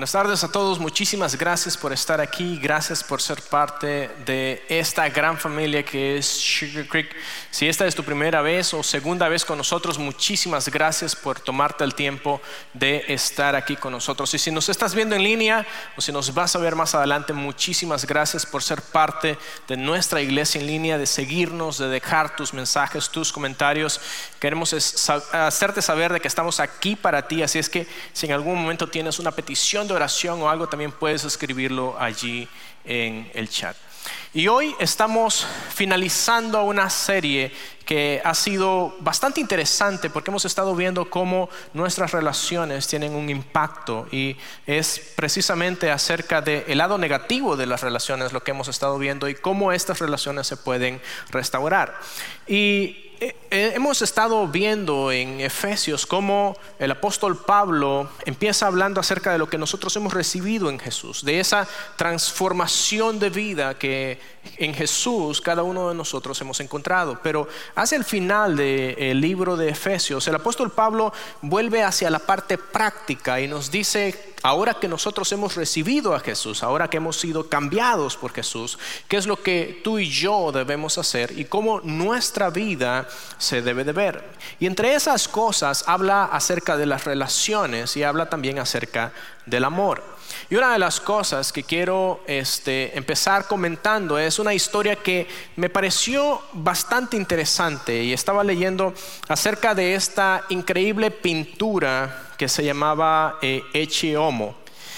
Buenas tardes a todos, muchísimas gracias por estar aquí, gracias por ser parte de esta gran familia que es Sugar Creek. Si esta es tu primera vez o segunda vez con nosotros, muchísimas gracias por tomarte el tiempo de estar aquí con nosotros. Y si nos estás viendo en línea o si nos vas a ver más adelante, muchísimas gracias por ser parte de nuestra iglesia en línea, de seguirnos, de dejar tus mensajes, tus comentarios. Queremos hacerte saber de que estamos aquí para ti, así es que si en algún momento tienes una petición de oración o algo, también puedes escribirlo allí en el chat. Y hoy estamos finalizando una serie que ha sido bastante interesante porque hemos estado viendo cómo nuestras relaciones tienen un impacto, y es precisamente acerca del lado negativo de las relaciones lo que hemos estado viendo y cómo estas relaciones se pueden restaurar. Y hemos estado viendo en Efesios cómo el apóstol Pablo empieza hablando acerca de lo que nosotros hemos recibido en Jesús, de esa transformación de vida que en Jesús cada uno de nosotros hemos encontrado. Pero hacia el final del libro de Efesios, el apóstol Pablo vuelve hacia la parte práctica y nos dice: ahora que nosotros hemos recibido a Jesús, ahora que hemos sido cambiados por Jesús, ¿qué es lo que tú y yo debemos hacer y cómo nuestra vida se debe de ver? Y entre esas cosas habla acerca de las relaciones y habla también acerca del amor. Y una de las cosas que quiero empezar comentando es una historia que me pareció bastante interesante, y estaba leyendo acerca de esta increíble pintura que se llamaba Ecce Homo.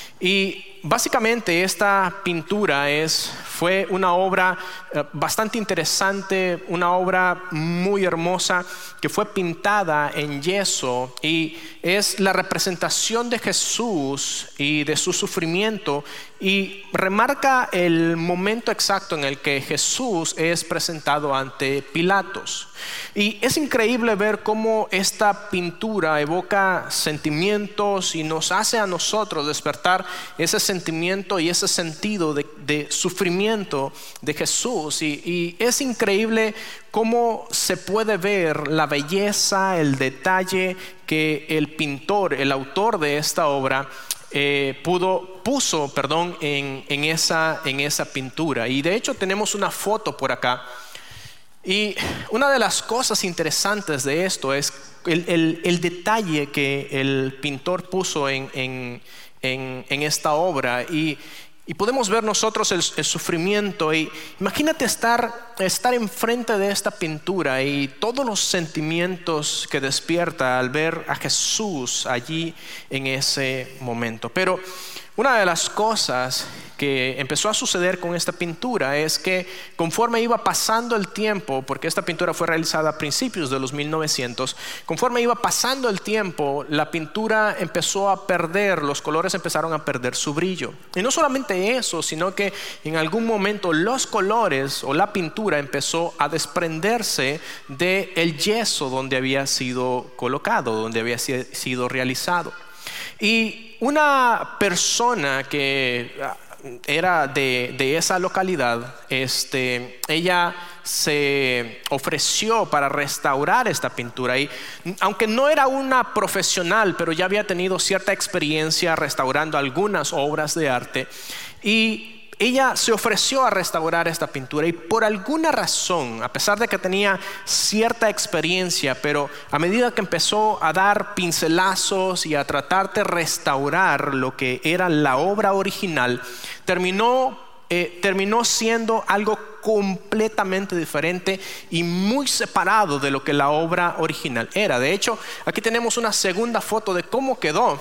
Y básicamente esta pintura fue una obra bastante interesante, una obra muy hermosa que fue pintada en yeso, y es la representación de Jesús y de su sufrimiento, y remarca el momento exacto en el que Jesús es presentado ante Pilatos. Y es increíble ver cómo esta pintura evoca sentimientos y nos hace a nosotros despertar ese sentimiento y ese sentido de sufrimiento de Jesús. Y es increíble cómo se puede ver la belleza, el detalle que el pintor, el autor de esta obra puso en esa pintura. Y de hecho tenemos una foto por acá. Y una de las cosas interesantes de esto es el detalle que el pintor puso en esta obra, y podemos ver nosotros el sufrimiento. Y imagínate estar enfrente de esta pintura y todos los sentimientos que despierta al ver a Jesús allí en ese momento. Pero una de las cosas que empezó a suceder con esta pintura es que conforme iba pasando el tiempo, porque esta pintura fue realizada a principios de los 1900, conforme iba pasando el tiempo, la pintura empezó a perder, los colores empezaron a perder su brillo. Y no solamente eso, sino que en algún momento los colores o la pintura empezó a desprenderse del yeso donde había sido colocado, donde había sido realizado. Y una persona que era de esa localidad, ella se ofreció para restaurar esta pintura, y aunque no era una profesional, pero ya había tenido cierta experiencia restaurando algunas obras de arte, y ella se ofreció a restaurar esta pintura. Y por alguna razón, a pesar de que tenía cierta experiencia, pero a medida que empezó a dar pincelazos y a tratar de restaurar lo que era la obra original, terminó siendo algo completamente diferente y muy separado de lo que la obra original era. De hecho, aquí tenemos una segunda foto de cómo quedó.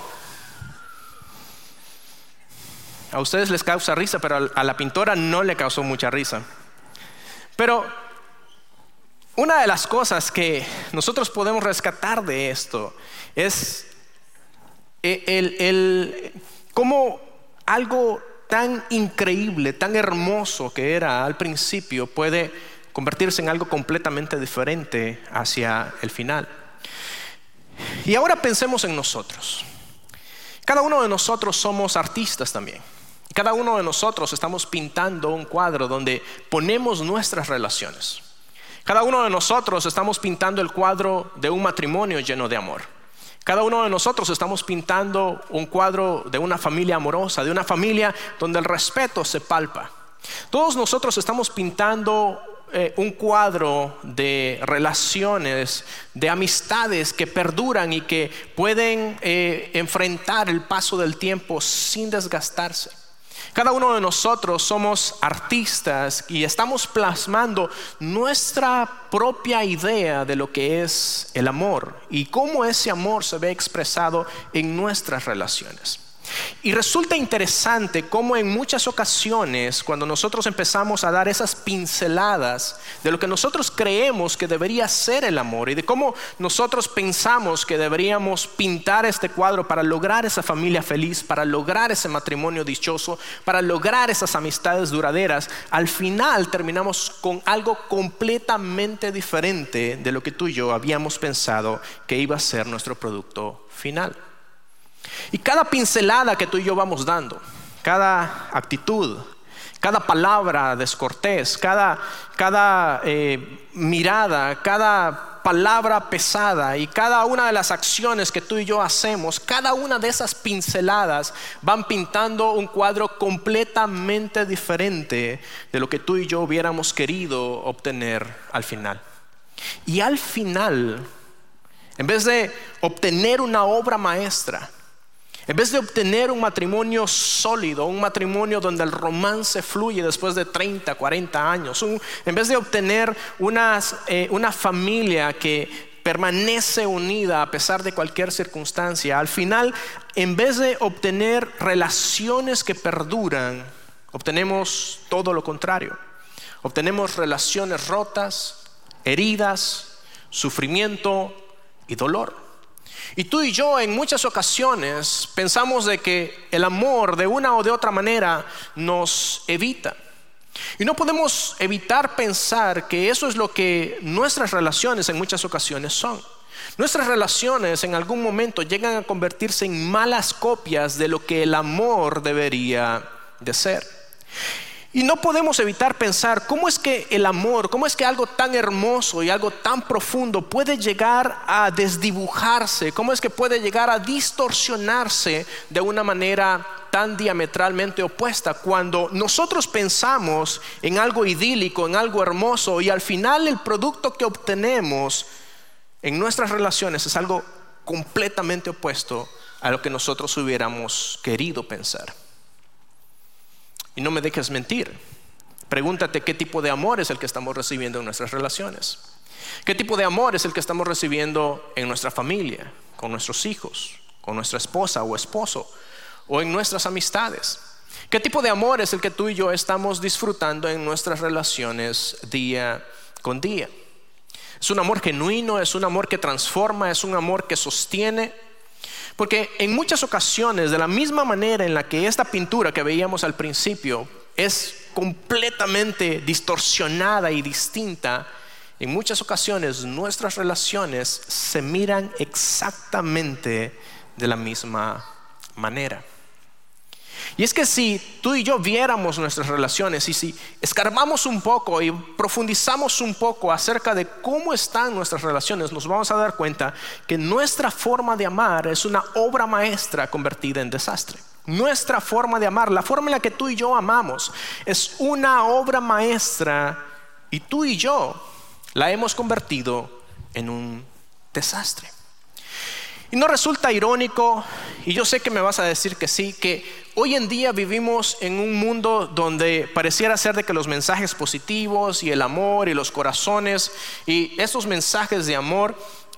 A ustedes les causa risa, pero a la pintora no le causó mucha risa. Pero una de las cosas que nosotros podemos rescatar de esto es cómo algo tan increíble, tan hermoso que era al principio, puede convertirse en algo completamente diferente hacia el final. Y ahora pensemos en nosotros. Cada uno de nosotros somos artistas también. Cada uno de nosotros estamos pintando un cuadro donde ponemos nuestras relaciones. Cada uno de nosotros estamos pintando el cuadro de un matrimonio lleno de amor. Cada uno de nosotros estamos pintando un cuadro de una familia amorosa, de una familia donde el respeto se palpa. Todos nosotros estamos pintando un cuadro de relaciones, de amistades que perduran y que pueden enfrentar el paso del tiempo sin desgastarse. Cada uno de nosotros somos artistas y estamos plasmando nuestra propia idea de lo que es el amor y cómo ese amor se ve expresado en nuestras relaciones. Y resulta interesante cómo en muchas ocasiones, cuando nosotros empezamos a dar esas pinceladas de lo que nosotros creemos que debería ser el amor y de cómo nosotros pensamos que deberíamos pintar este cuadro para lograr esa familia feliz, para lograr ese matrimonio dichoso, para lograr esas amistades duraderas, al final terminamos con algo completamente diferente de lo que tú y yo habíamos pensado que iba a ser nuestro producto final. Y cada pincelada que tú y yo vamos dando, cada actitud, cada palabra descortés, cada mirada, cada palabra pesada y cada una de las acciones que tú y yo hacemos, cada una de esas pinceladas van pintando un cuadro completamente diferente de lo que tú y yo hubiéramos querido obtener al final. Y al final, en vez de obtener una obra maestra, en vez de obtener un matrimonio sólido, un matrimonio donde el romance fluye después de 30, 40 años, en vez de obtener una familia que permanece unida a pesar de cualquier circunstancia, al final, en vez de obtener relaciones que perduran, obtenemos todo lo contrario. Obtenemos relaciones rotas, heridas, sufrimiento y dolor. Y tú y yo en muchas ocasiones pensamos de que el amor de una o de otra manera nos evita. Y no podemos evitar pensar que eso es lo que nuestras relaciones en muchas ocasiones son. Nuestras relaciones en algún momento llegan a convertirse en malas copias de lo que el amor debería de ser. Y no podemos evitar pensar cómo es que el amor, cómo es que algo tan hermoso y algo tan profundo puede llegar a desdibujarse, cómo es que puede llegar a distorsionarse de una manera tan diametralmente opuesta cuando nosotros pensamos en algo idílico, en algo hermoso y al final el producto que obtenemos en nuestras relaciones es algo completamente opuesto a lo que nosotros hubiéramos querido pensar. Y no me dejes mentir. Pregúntate qué tipo de amor es el que estamos recibiendo en nuestras relaciones. ¿Qué tipo de amor es el que estamos recibiendo en nuestra familia, con nuestros hijos, con nuestra esposa o esposo, o en nuestras amistades? ¿Qué tipo de amor es el que tú y yo estamos disfrutando en nuestras relaciones día con día? ¿Es un amor genuino? ¿Es un amor que transforma? ¿Es un amor que sostiene? Porque en muchas ocasiones, de la misma manera en la que esta pintura que veíamos al principio es completamente distorsionada y distinta, en muchas ocasiones nuestras relaciones se miran exactamente de la misma manera. Y es que si tú y yo viéramos nuestras relaciones y si escarbamos un poco y profundizamos un poco acerca de cómo están nuestras relaciones, nos vamos a dar cuenta que nuestra forma de amar es una obra maestra convertida en desastre. Nuestra forma de amar, la forma en la que tú y yo amamos, es una obra maestra y tú y yo la hemos convertido en un desastre. Y no resulta irónico, y yo sé que me vas a decir que sí, que hoy en día vivimos en un mundo donde pareciera ser de que los mensajes positivos y el amor y los corazones y esos mensajes de amor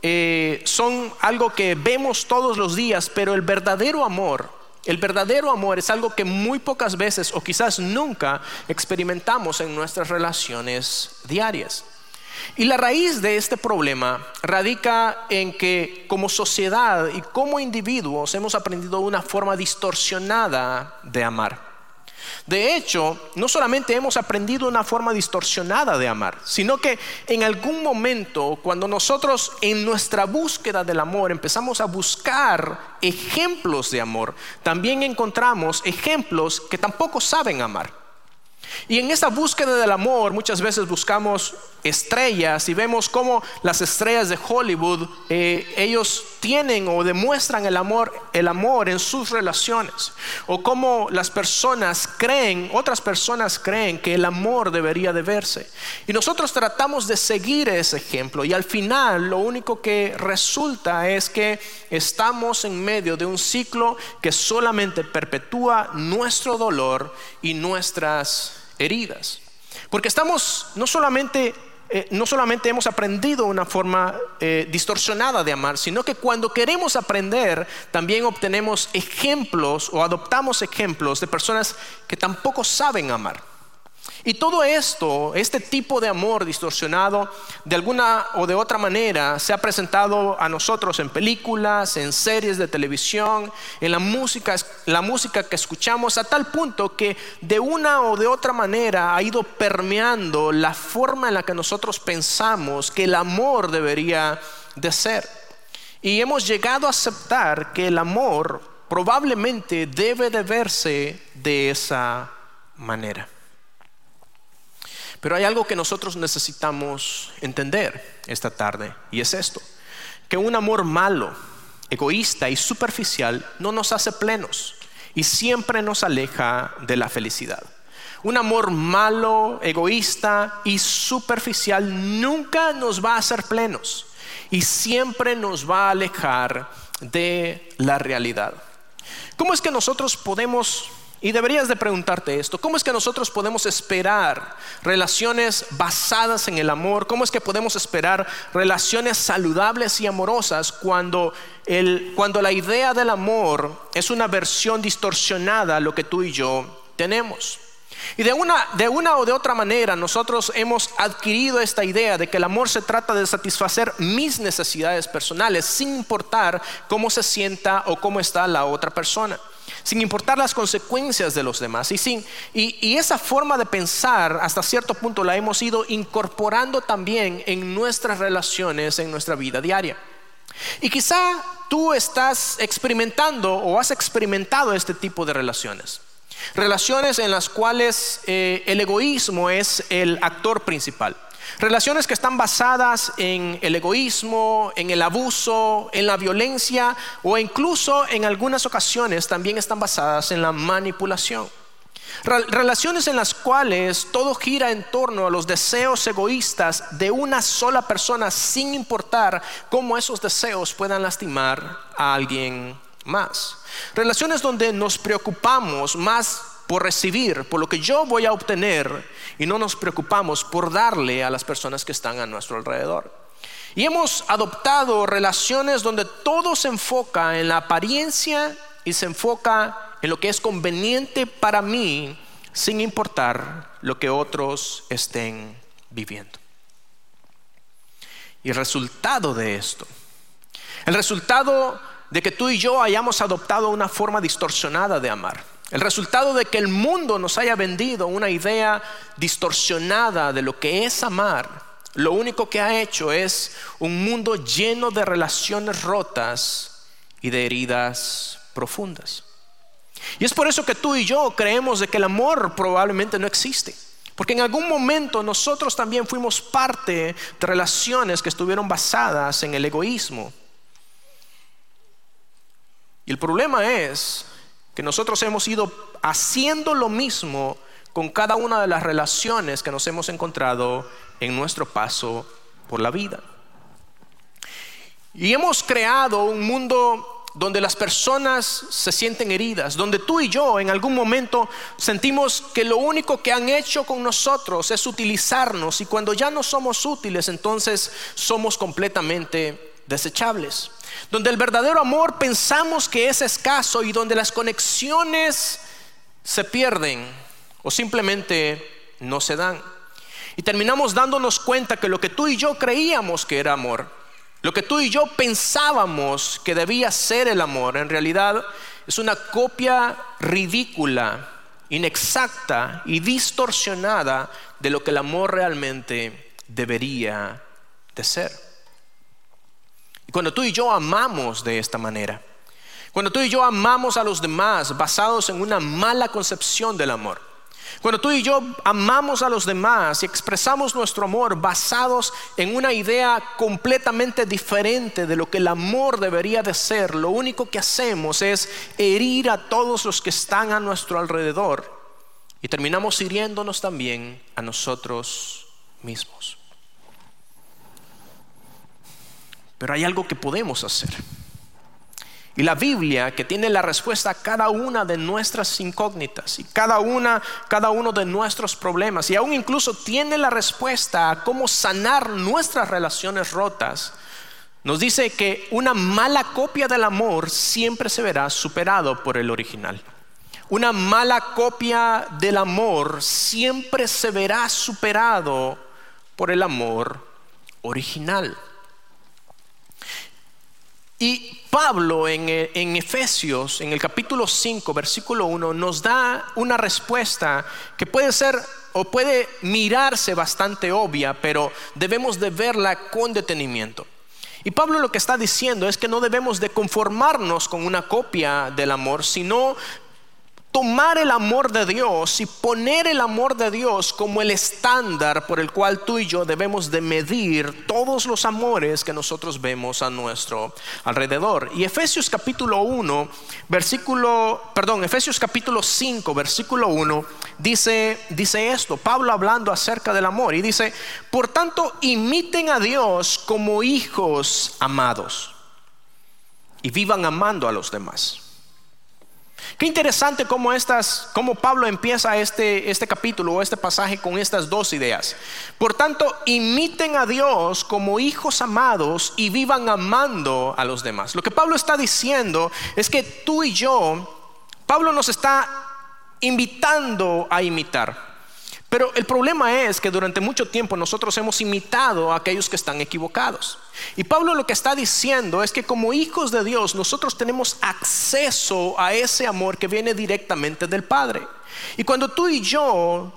son algo que vemos todos los días, pero el verdadero amor es algo que muy pocas veces o quizás nunca experimentamos en nuestras relaciones diarias. Y la raíz de este problema radica en que como sociedad y como individuos hemos aprendido una forma distorsionada de amar. De hecho, no solamente hemos aprendido una forma distorsionada de amar, sino que en algún momento cuando nosotros en nuestra búsqueda del amor empezamos a buscar ejemplos de amor, también encontramos ejemplos que tampoco saben amar. Y en esa búsqueda del amor muchas veces buscamos estrellas y vemos cómo las estrellas de Hollywood ellos sostienen o demuestran el amor en sus relaciones, o cómo otras personas creen que el amor debería de verse. Y nosotros tratamos de seguir ese ejemplo, y al final lo único que resulta es que estamos en medio de un ciclo que solamente perpetúa nuestro dolor y nuestras heridas. Porque no solamente hemos aprendido una forma distorsionada de amar, sino que cuando queremos aprender también obtenemos ejemplos o adoptamos ejemplos de personas que tampoco saben amar. Y todo esto, este tipo de amor distorsionado, de alguna o de otra manera se ha presentado a nosotros en películas, en series de televisión, en la música que escuchamos, a tal punto que de una o de otra manera ha ido permeando la forma en la que nosotros pensamos que el amor debería de ser. Y hemos llegado a aceptar que el amor probablemente debe de verse de esa manera. Pero hay algo que nosotros necesitamos entender esta tarde, y es esto: que un amor malo, egoísta y superficial no nos hace plenos y siempre nos aleja de la felicidad. Un amor malo, egoísta y superficial nunca nos va a hacer plenos y siempre nos va a alejar de la realidad. ¿Cómo es que nosotros podemos... Y deberías de preguntarte esto: ¿cómo es que nosotros podemos esperar relaciones basadas en el amor? ¿Cómo es que podemos esperar relaciones saludables y amorosas cuando la idea del amor es una versión distorsionada a lo que tú y yo tenemos? Y de una o de otra manera nosotros hemos adquirido esta idea de que el amor se trata de satisfacer mis necesidades personales sin importar cómo se sienta o cómo está la otra persona, sin importar las consecuencias de los demás. Y esa forma de pensar hasta cierto punto la hemos ido incorporando también en nuestras relaciones, en nuestra vida diaria. Y quizá tú estás experimentando o has experimentado este tipo de relaciones en las cuales el egoísmo es el actor principal. Relaciones que están basadas en el egoísmo, en el abuso, en la violencia, o incluso en algunas ocasiones también están basadas en la manipulación. Relaciones en las cuales todo gira en torno a los deseos egoístas de una sola persona, sin importar cómo esos deseos puedan lastimar a alguien más. Relaciones donde nos preocupamos más por recibir, por lo que yo voy a obtener, y no nos preocupamos por darle a las personas que están a nuestro alrededor. Y hemos adoptado relaciones donde todo se enfoca en la apariencia y se enfoca en lo que es conveniente para mí, sin importar lo que otros estén viviendo. Y el resultado de esto, el resultado de que tú y yo hayamos adoptado una forma distorsionada de amar, el resultado de que el mundo nos haya vendido una idea distorsionada de lo que es amar, lo único que ha hecho es un mundo lleno de relaciones rotas y de heridas profundas. Y es por eso que tú y yo creemos de que el amor probablemente no existe, porque en algún momento nosotros también fuimos parte de relaciones que estuvieron basadas en el egoísmo. Y el problema es que nosotros hemos ido haciendo lo mismo con cada una de las relaciones que nos hemos encontrado en nuestro paso por la vida. Y hemos creado un mundo donde las personas se sienten heridas, donde tú y yo en algún momento sentimos que lo único que han hecho con nosotros es utilizarnos, y cuando ya no somos útiles, entonces somos completamente desechables. Donde el verdadero amor pensamos que es escaso, y donde las conexiones se pierden o simplemente no se dan. Y terminamos dándonos cuenta que lo que tú y yo creíamos que era amor, lo que tú y yo pensábamos que debía ser el amor, en realidad es una copia ridícula, inexacta y distorsionada de lo que el amor realmente debería de ser. Y cuando tú y yo amamos de esta manera, cuando tú y yo amamos a los demás basados en una mala concepción del amor, Cuando tú y yo amamos a los demás y expresamos nuestro amor basados en una idea completamente diferente de lo que el amor debería de ser, lo único que hacemos es herir a todos los que están a nuestro alrededor y terminamos hiriéndonos también a nosotros mismos. Pero hay algo que podemos hacer. Y la Biblia, que tiene la respuesta a cada una de nuestras incógnitas y cada uno de nuestros problemas, y aún incluso tiene la respuesta a cómo sanar nuestras relaciones rotas, nos dice que una mala copia del amor siempre se verá superado por el original. Una mala copia del amor siempre se verá superado por el amor original. Y Pablo en Efesios, en el capítulo 5, versículo 1, nos da una respuesta que puede ser o puede mirarse bastante obvia, pero debemos de verla con detenimiento. Y Pablo lo que está diciendo es que no debemos de conformarnos con una copia del amor, sino tomar el amor de Dios y poner el amor de Dios como el estándar por el cual tú y yo debemos de medir todos los amores que nosotros vemos a nuestro alrededor. Y Efesios capítulo 5 versículo 1 dice esto, Pablo hablando acerca del amor, y dice: por tanto, imiten a Dios como hijos amados y vivan amando a los demás. Qué interesante cómo Pablo empieza este capítulo o este pasaje con estas dos ideas. Por tanto, imiten a Dios como hijos amados y vivan amando a los demás. Lo que Pablo está diciendo es que tú y yo, Pablo nos está invitando a imitar. Pero el problema es que durante mucho tiempo nosotros hemos imitado a aquellos que están equivocados. Y Pablo lo que está diciendo es que como hijos de Dios nosotros tenemos acceso a ese amor que viene directamente del Padre. Y cuando tú y yo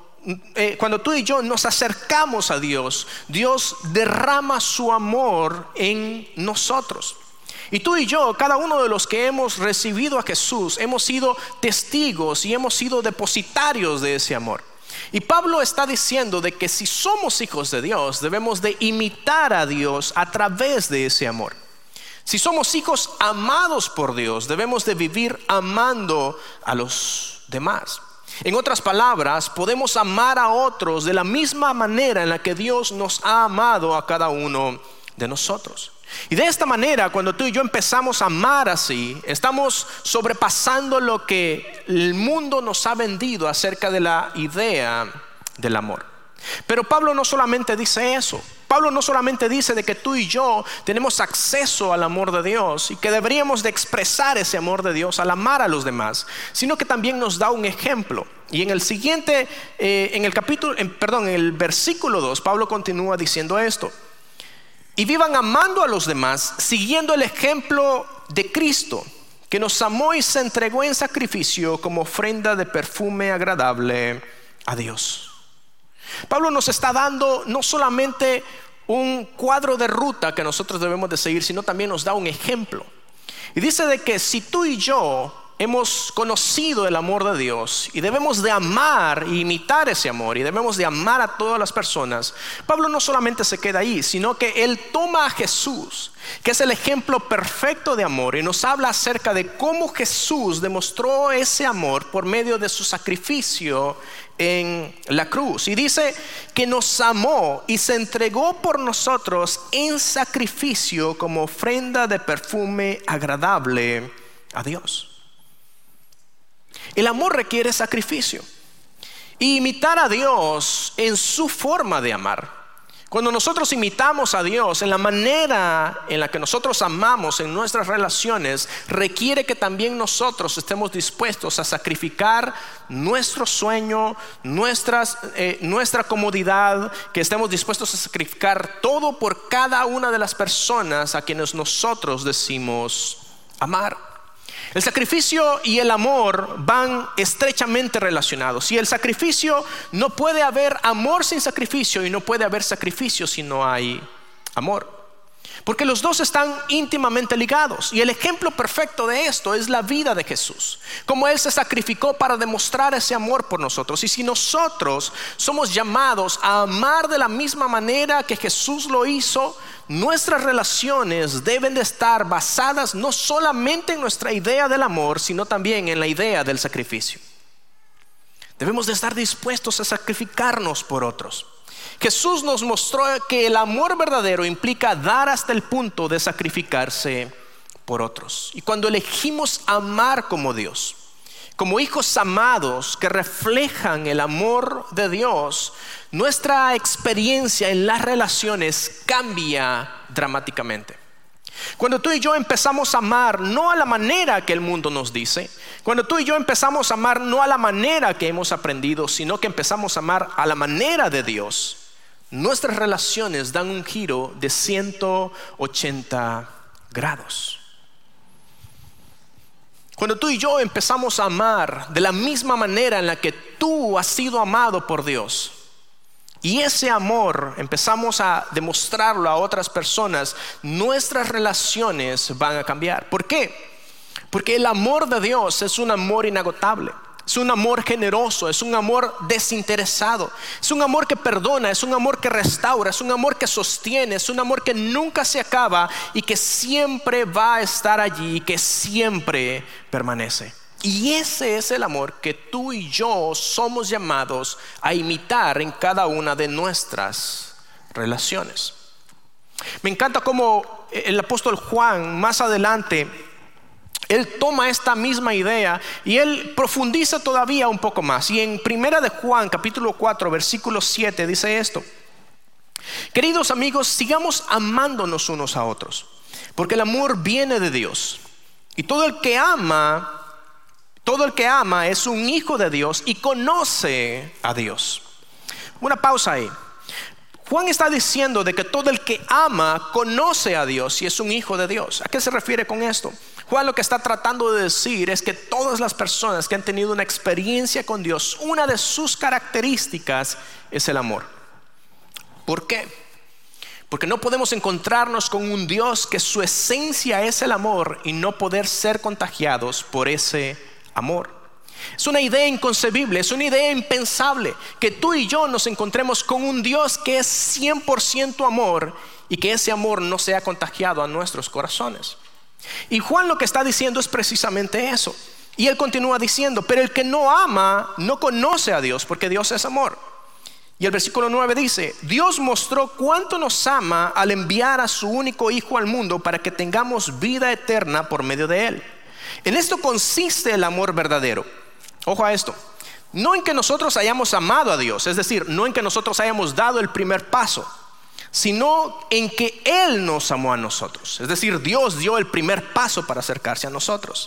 nos acercamos a Dios, Dios derrama su amor en nosotros. Y tú y yo, cada uno de los que hemos recibido a Jesús, hemos sido testigos y hemos sido depositarios de ese amor. Y Pablo está diciendo de que si somos hijos de Dios, debemos de imitar a Dios a través de ese amor. Si somos hijos amados por Dios, debemos de vivir amando a los demás. En otras palabras, podemos amar a otros de la misma manera en la que Dios nos ha amado a cada uno de nosotros. Y de esta manera, cuando tú y yo empezamos a amar así, estamos sobrepasando lo que el mundo nos ha vendido acerca de la idea del amor. Pero Pablo no solamente dice eso. Pablo no solamente dice de que tú y yo tenemos acceso al amor de Dios y que deberíamos de expresar ese amor de Dios al amar a los demás, sino que también nos da un ejemplo. Y en el siguiente, en el versículo 2, Pablo continúa diciendo esto: y vivan amando a los demás, siguiendo el ejemplo de Cristo, que nos amó y se entregó en sacrificio como ofrenda de perfume agradable a Dios. Pablo nos está dando no solamente un cuadro de ruta que nosotros debemos de seguir, sino también nos da un ejemplo. Y dice de que si tú y yo hemos conocido el amor de Dios y debemos de amar e imitar ese amor y debemos de amar a todas las personas, Pablo no solamente se queda ahí, sino que él toma a Jesús, que es el ejemplo perfecto de amor, y nos habla acerca de cómo Jesús demostró ese amor por medio de su sacrificio en la cruz. Y dice que nos amó y se entregó por nosotros en sacrificio como ofrenda de perfume agradable a Dios. El amor requiere sacrificio. Y imitar a Dios en su forma de amar. Cuando nosotros imitamos a Dios en la manera en la que nosotros amamos en nuestras relaciones, requiere que también nosotros estemos dispuestos a sacrificar nuestro sueño, nuestra comodidad, que estemos dispuestos a sacrificar todo por cada una de las personas a quienes nosotros decimos amar. El sacrificio y el amor van estrechamente relacionados. Y el sacrificio, no puede haber amor sin sacrificio, y no puede haber sacrificio si no hay amor. Porque los dos están íntimamente ligados. Y el ejemplo perfecto de esto es la vida de Jesús. Como Él se sacrificó para demostrar ese amor por nosotros. Y si nosotros somos llamados a amar de la misma manera que Jesús lo hizo, nuestras relaciones deben de estar basadas no solamente en nuestra idea del amor, sino también en la idea del sacrificio. Debemos de estar dispuestos a sacrificarnos por otros. Jesús nos mostró que el amor verdadero implica dar hasta el punto de sacrificarse por otros. Y cuando elegimos amar como Dios, como hijos amados que reflejan el amor de Dios, nuestra experiencia en las relaciones cambia dramáticamente. Cuando tú y yo empezamos a amar no a la manera que el mundo nos dice, cuando tú y yo empezamos a amar no a la manera que hemos aprendido, sino que empezamos a amar a la manera de Dios, nuestras relaciones dan un giro de 180 grados. Cuando tú y yo empezamos a amar de la misma manera en la que tú has sido amado por Dios, y ese amor empezamos a demostrarlo a otras personas, nuestras relaciones van a cambiar. ¿Por qué? Porque el amor de Dios es un amor inagotable. Es un amor generoso, es un amor desinteresado, es un amor que perdona, es un amor que restaura, es un amor que sostiene, es un amor que nunca se acaba y que siempre va a estar allí, que siempre permanece. Y ese es el amor que tú y yo somos llamados a imitar en cada una de nuestras relaciones. Me encanta cómo el apóstol Juan más adelante, él toma esta misma idea y él profundiza todavía un poco más. Y en 1 de Juan capítulo 4 versículo 7 dice esto: queridos amigos, sigamos amándonos unos a otros, porque el amor viene de Dios. Y todo el que ama es un hijo de Dios y conoce a Dios. Una pausa ahí. Juan está diciendo de que todo el que ama conoce a Dios y es un hijo de Dios. ¿A qué se refiere con esto? Juan lo que está tratando de decir es que todas las personas que han tenido una experiencia con Dios, una de sus características es el amor. ¿Por qué? Porque no podemos encontrarnos con un Dios que su esencia es el amor y no poder ser contagiados por ese amor. Es una idea inconcebible, es una idea impensable que tú y yo nos encontremos con un Dios que es 100% amor y que ese amor no sea contagiado a nuestros corazones. Y Juan lo que está diciendo es precisamente eso. Y él continúa diciendo: pero el que no ama no conoce a Dios, porque Dios es amor. Y el versículo 9 dice: Dios mostró cuánto nos ama al enviar a su único hijo al mundo para que tengamos vida eterna por medio de él. En esto consiste el amor verdadero. Ojo a esto: no en que nosotros hayamos amado a Dios, es decir, no en que nosotros hayamos dado el primer paso, sino en que Él nos amó a nosotros. Es decir, Dios dio el primer paso para acercarse a nosotros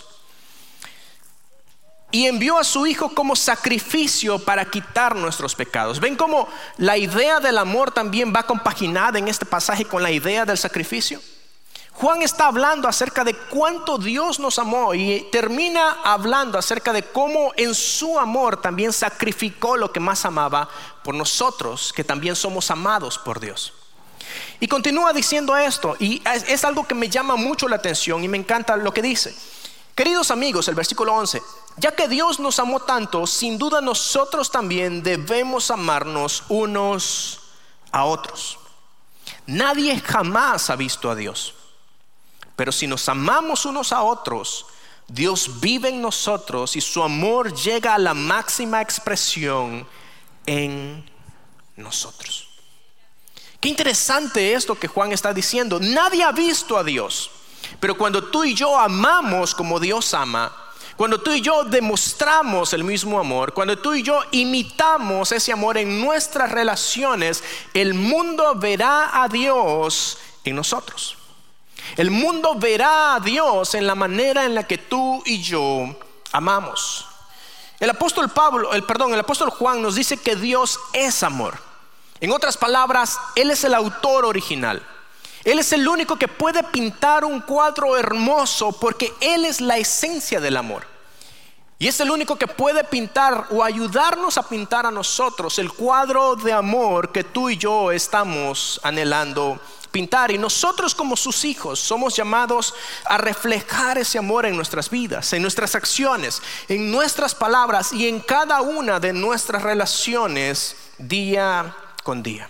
y envió a su hijo como sacrificio para quitar nuestros pecados. ¿Ven cómo la idea del amor también va compaginada en este pasaje con la idea del sacrificio? Juan está hablando acerca de cuánto Dios nos amó y termina hablando acerca de cómo en su amor también sacrificó lo que más amaba por nosotros, que también somos amados por Dios. Y continúa diciendo esto, y es algo que me llama mucho la atención y me encanta lo que dice. Queridos amigos, el versículo 11: ya que Dios nos amó tanto, sin duda nosotros también debemos amarnos unos a otros. Nadie jamás ha visto a Dios, pero si nos amamos unos a otros, Dios vive en nosotros y su amor llega a la máxima expresión en nosotros. Qué interesante esto que Juan está diciendo. Nadie ha visto a Dios, pero cuando tú y yo amamos como Dios ama, cuando tú y yo demostramos el mismo amor, cuando tú y yo imitamos ese amor en nuestras relaciones, el mundo verá a Dios en nosotros. El mundo verá a Dios en la manera en la que tú y yo amamos. El apóstol Juan nos dice que Dios es amor. En otras palabras, Él es el autor original. Él es el único que puede pintar un cuadro hermoso porque Él es la esencia del amor. Y es el único que puede pintar o ayudarnos a pintar a nosotros el cuadro de amor que tú y yo estamos anhelando pintar. Y nosotros como sus hijos somos llamados a reflejar ese amor en nuestras vidas, en nuestras acciones, en nuestras palabras y en cada una de nuestras relaciones día con día.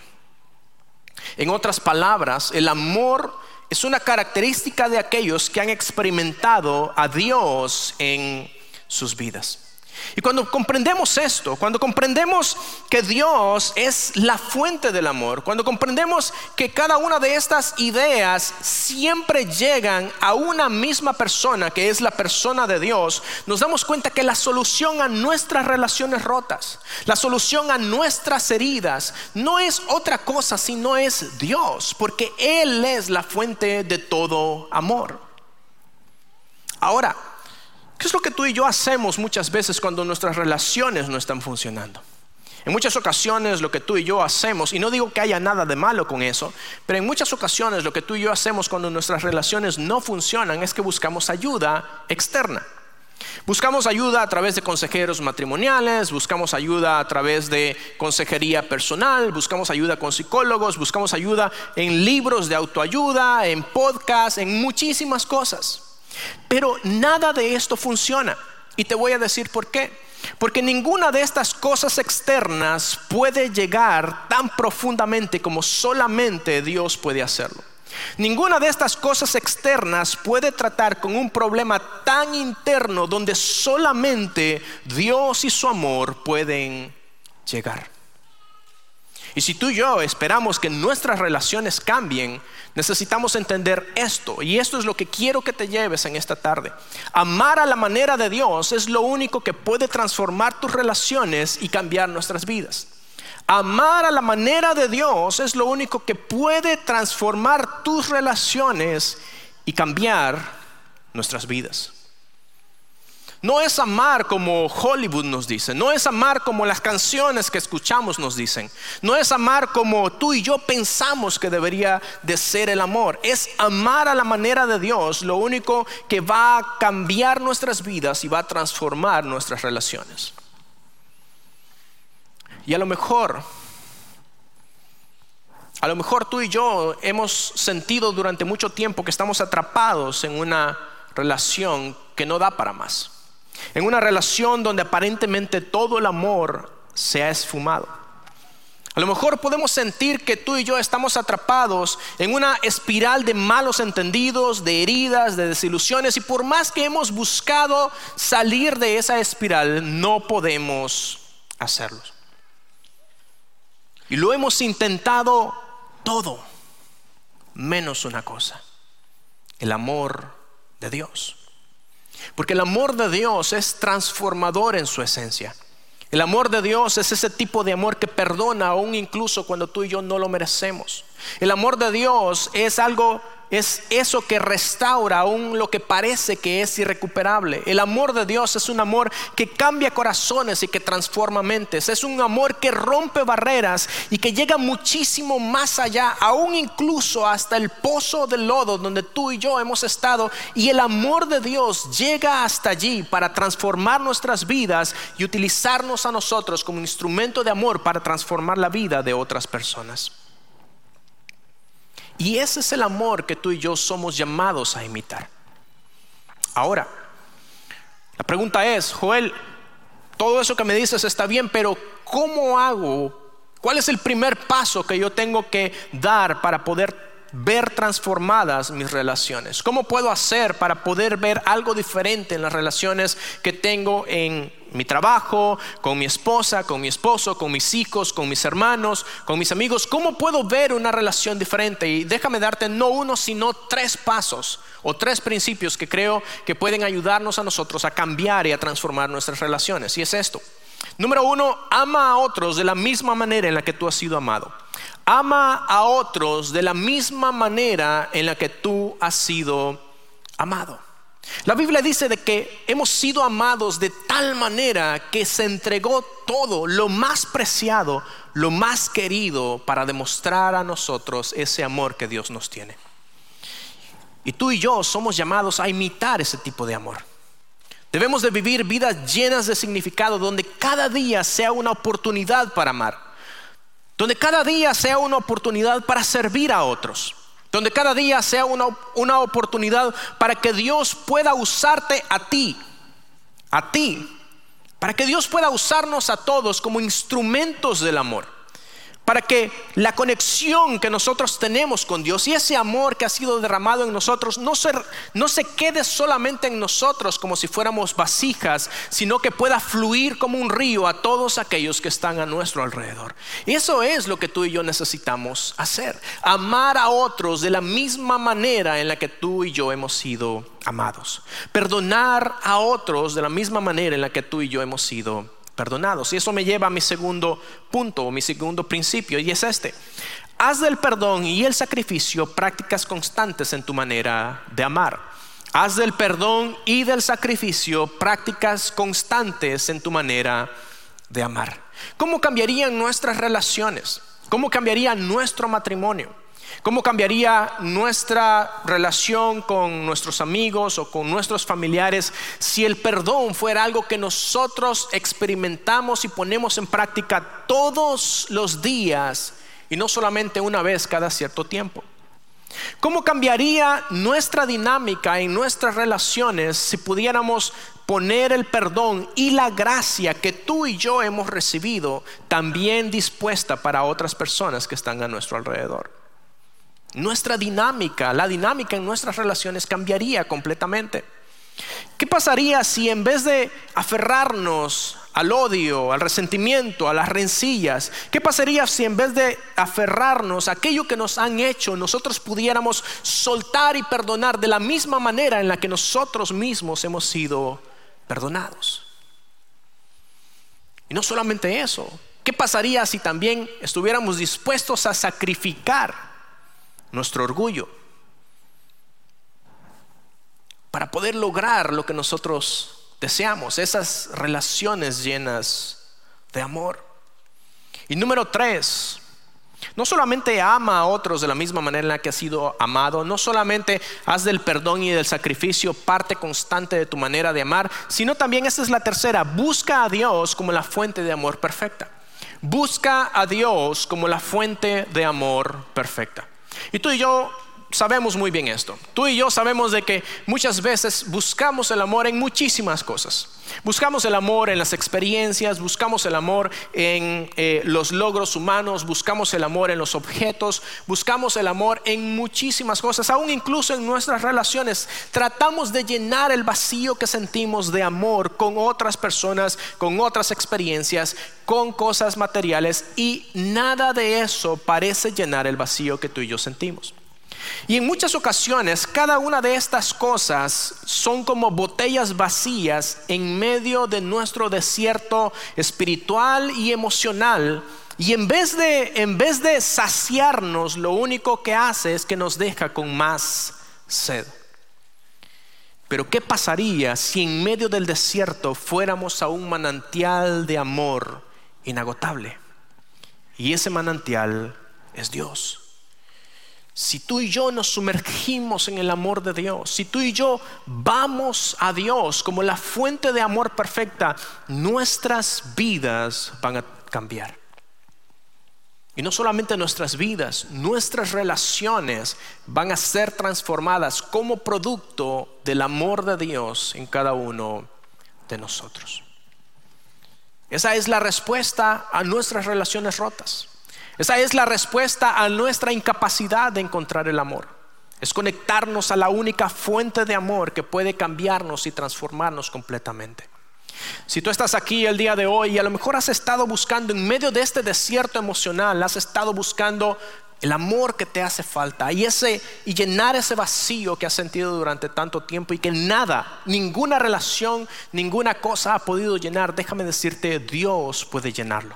En otras palabras, el amor es una característica de aquellos que han experimentado a Dios en sus vidas. Y cuando comprendemos esto, cuando comprendemos que Dios es la fuente del amor, cuando comprendemos que cada una de estas ideas siempre llegan a una misma persona, que es la persona de Dios, nos damos cuenta que la solución a nuestras relaciones rotas, la solución a nuestras heridas, no es otra cosa sino es Dios, porque Él es la fuente de todo amor. Ahora, ¿qué es lo que tú y yo hacemos muchas veces cuando nuestras relaciones no están funcionando? En muchas ocasiones lo que tú y yo hacemos, y no digo que haya nada de malo con eso, pero en muchas ocasiones lo que tú y yo hacemos cuando nuestras relaciones no funcionan es que buscamos ayuda externa. Buscamos ayuda a través de consejeros matrimoniales, buscamos ayuda a través de consejería personal, buscamos ayuda con psicólogos, buscamos ayuda en libros de autoayuda, en podcasts, en muchísimas cosas. Pero nada de esto funciona. Y te voy a decir por qué. Porque ninguna de estas cosas externas puede llegar tan profundamente como solamente Dios puede hacerlo. Ninguna de estas cosas externas puede tratar con un problema tan interno donde solamente Dios y su amor pueden llegar. Y si tú y yo esperamos que nuestras relaciones cambien, necesitamos entender esto. Y esto es lo que quiero que te lleves en esta tarde. Amar a la manera de Dios es lo único que puede transformar tus relaciones y cambiar nuestras vidas. Amar a la manera de Dios es lo único que puede transformar tus relaciones y cambiar nuestras vidas. No es amar como Hollywood nos dice, no es amar como las canciones que escuchamos nos dicen, no es amar como tú y yo pensamos que debería de ser el amor. Es amar a la manera de Dios, lo único que va a cambiar nuestras vidas y va a transformar nuestras relaciones. Y a lo mejor tú y yo hemos sentido durante mucho tiempo que estamos atrapados en una relación que no da para más. En una relación donde aparentemente todo el amor se ha esfumado. A lo mejor podemos sentir que tú y yo estamos atrapados en una espiral de malos entendidos, de heridas, de desilusiones. Y por más que hemos buscado salir de esa espiral, no podemos hacerlo. Y lo hemos intentado todo, menos una cosa: el amor de Dios. Porque el amor de Dios es transformador en su esencia. El amor de Dios es ese tipo de amor que perdona aún incluso cuando tú y yo no lo merecemos. El amor de Dios es eso que restaura aún lo que parece que es irrecuperable. El amor de Dios es un amor que cambia corazones y que transforma mentes. Es un amor que rompe barreras y que llega muchísimo más allá, aún incluso hasta el pozo de lodo donde tú y yo hemos estado. Y el amor de Dios llega hasta allí para transformar nuestras vidas y utilizarnos a nosotros como instrumento de amor para transformar la vida de otras personas. Y ese es el amor que tú y yo somos llamados a imitar. Ahora, la pregunta es: Joel, todo eso que me dices está bien, pero ¿cómo hago? ¿Cuál es el primer paso que yo tengo que dar para poder ver transformadas mis relaciones? ¿Cómo puedo hacer para poder ver algo diferente en las relaciones que tengo en mi trabajo, con mi esposa, con mi esposo, con mis hijos, con mis hermanos, con mis amigos? ¿Cómo puedo ver una relación diferente? Y déjame darte no uno sino 3 pasos o 3 principios que creo que pueden ayudarnos a nosotros a cambiar y a transformar nuestras relaciones. Y es esto: número 1, ama a otros de la misma manera en la que tú has sido amado. Ama a otros de la misma manera en la que tú has sido amado. La Biblia dice de que hemos sido amados de tal manera que se entregó todo, lo más preciado, lo más querido, para demostrar a nosotros ese amor que Dios nos tiene. Y tú y yo somos llamados a imitar ese tipo de amor. Debemos de vivir vidas llenas de significado, donde cada día sea una oportunidad para amar, donde cada día sea una oportunidad para servir a otros, donde cada día sea una oportunidad para que Dios pueda usarte a ti, para que Dios pueda usarnos a todos como instrumentos del amor, para que la conexión que nosotros tenemos con Dios y ese amor que ha sido derramado en nosotros no se quede solamente en nosotros como si fuéramos vasijas, sino que pueda fluir como un río a todos aquellos que están a nuestro alrededor. Y eso es lo que tú y yo necesitamos hacer: amar a otros de la misma manera en la que tú y yo hemos sido amados, perdonar a otros de la misma manera en la que tú y yo hemos sido perdonados. Y eso me lleva a mi segundo punto, o mi segundo principio, y es este: haz del perdón y el sacrificio prácticas constantes en tu manera de amar. Haz del perdón y del sacrificio prácticas constantes en tu manera de amar. ¿Cómo cambiarían nuestras relaciones? ¿Cómo cambiaría nuestro matrimonio? ¿Cómo cambiaría nuestra relación con nuestros amigos o con nuestros familiares si el perdón fuera algo que nosotros experimentamos y ponemos en práctica todos los días y no solamente una vez cada cierto tiempo? ¿Cómo cambiaría nuestra dinámica en nuestras relaciones si pudiéramos poner el perdón y la gracia que tú y yo hemos recibido también dispuesta para otras personas que están a nuestro alrededor? Nuestra dinámica, la dinámica en nuestras relaciones cambiaría completamente. ¿Qué pasaría si en vez de aferrarnos al odio, al resentimiento, a las rencillas, qué pasaría si en vez de aferrarnos a aquello que nos han hecho, nosotros pudiéramos soltar y perdonar de la misma manera en la que nosotros mismos hemos sido perdonados? Y no solamente eso, ¿qué pasaría si también estuviéramos dispuestos a sacrificar nuestro orgullo para poder lograr lo que nosotros deseamos, esas relaciones llenas de amor? Y número 3, no solamente ama a otros de la misma manera en la que has sido amado, no solamente haz del perdón y del sacrificio parte constante de tu manera de amar, sino también, esta es la tercera, busca a Dios como la fuente de amor perfecta. Busca a Dios como la fuente de amor perfecta. Y tú y yo sabemos muy bien esto. Tú y yo sabemos de que muchas veces buscamos el amor en muchísimas cosas. Buscamos el amor en las experiencias, buscamos el amor en los logros humanos, buscamos el amor en los objetos, buscamos el amor en muchísimas cosas, aún incluso en nuestras relaciones. Tratamos de llenar el vacío que sentimos de amor con otras personas, con otras experiencias, con cosas materiales, y nada de eso parece llenar el vacío que tú y yo sentimos. Y en muchas ocasiones cada una de estas cosas son como botellas vacías en medio de nuestro desierto espiritual y emocional, y en vez de saciarnos, lo único que hace es que nos deja con más sed. Pero ¿qué pasaría si en medio del desierto fuéramos a un manantial de amor inagotable? Y ese manantial es Dios. Si tú y yo nos sumergimos en el amor de Dios, si tú y yo vamos a Dios como la fuente de amor perfecta, nuestras vidas van a cambiar. Y no solamente nuestras vidas, nuestras relaciones van a ser transformadas como producto del amor de Dios en cada uno de nosotros. Esa es la respuesta a nuestras relaciones rotas. Esa es la respuesta a nuestra incapacidad de encontrar el amor. Es conectarnos a la única fuente de amor que puede cambiarnos y transformarnos completamente. Si tú estás aquí el día de hoy y a lo mejor has estado buscando en medio de este desierto emocional, has estado buscando el amor que te hace falta y llenar ese vacío que has sentido durante tanto tiempo y que nada, ninguna relación, ninguna cosa ha podido llenar, déjame decirte, Dios puede llenarlo.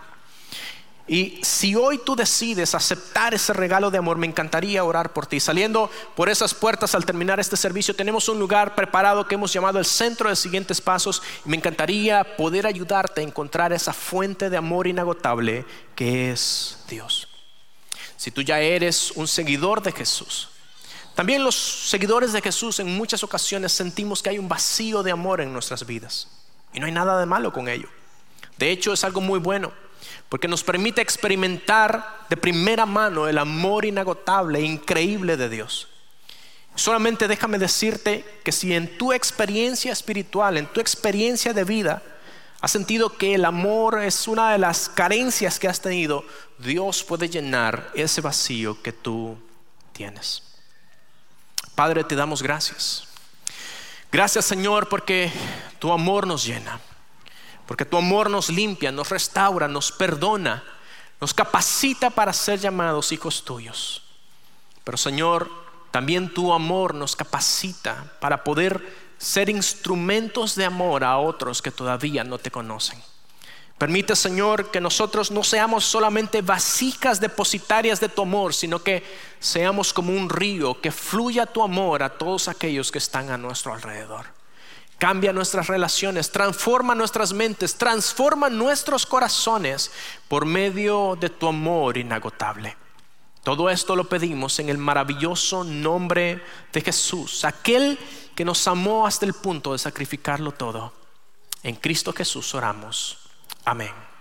Y si hoy tú decides aceptar ese regalo de amor, me encantaría orar por ti. Saliendo por esas puertas al terminar este servicio, tenemos un lugar preparado que hemos llamado el Centro de Siguientes Pasos, y me encantaría poder ayudarte a encontrar esa fuente de amor inagotable que es Dios. Si tú ya eres un seguidor de Jesús, También los seguidores de Jesús en muchas ocasiones sentimos que hay un vacío de amor en nuestras vidas. Y no hay nada de malo con ello. De hecho, es algo muy bueno, porque nos permite experimentar de primera mano el amor inagotable e increíble de Dios. Solamente déjame decirte que si en tu experiencia espiritual, en tu experiencia de vida, has sentido que el amor es una de las carencias que has tenido, Dios puede llenar ese vacío que tú tienes. Padre, te damos gracias. Gracias, Señor, porque tu amor nos llena, porque tu amor nos limpia, nos restaura, nos perdona, nos capacita para ser llamados hijos tuyos. Pero, Señor, también tu amor nos capacita para poder ser instrumentos de amor a otros que todavía no te conocen. Permite, Señor, que nosotros no seamos solamente vasijas depositarias de tu amor, sino que seamos como un río que fluya tu amor a todos aquellos que están a nuestro alrededor. Cambia nuestras relaciones, transforma nuestras mentes, transforma nuestros corazones por medio de tu amor inagotable. Todo esto lo pedimos en el maravilloso nombre de Jesús, aquel que nos amó hasta el punto de sacrificarlo todo. En Cristo Jesús oramos. Amén.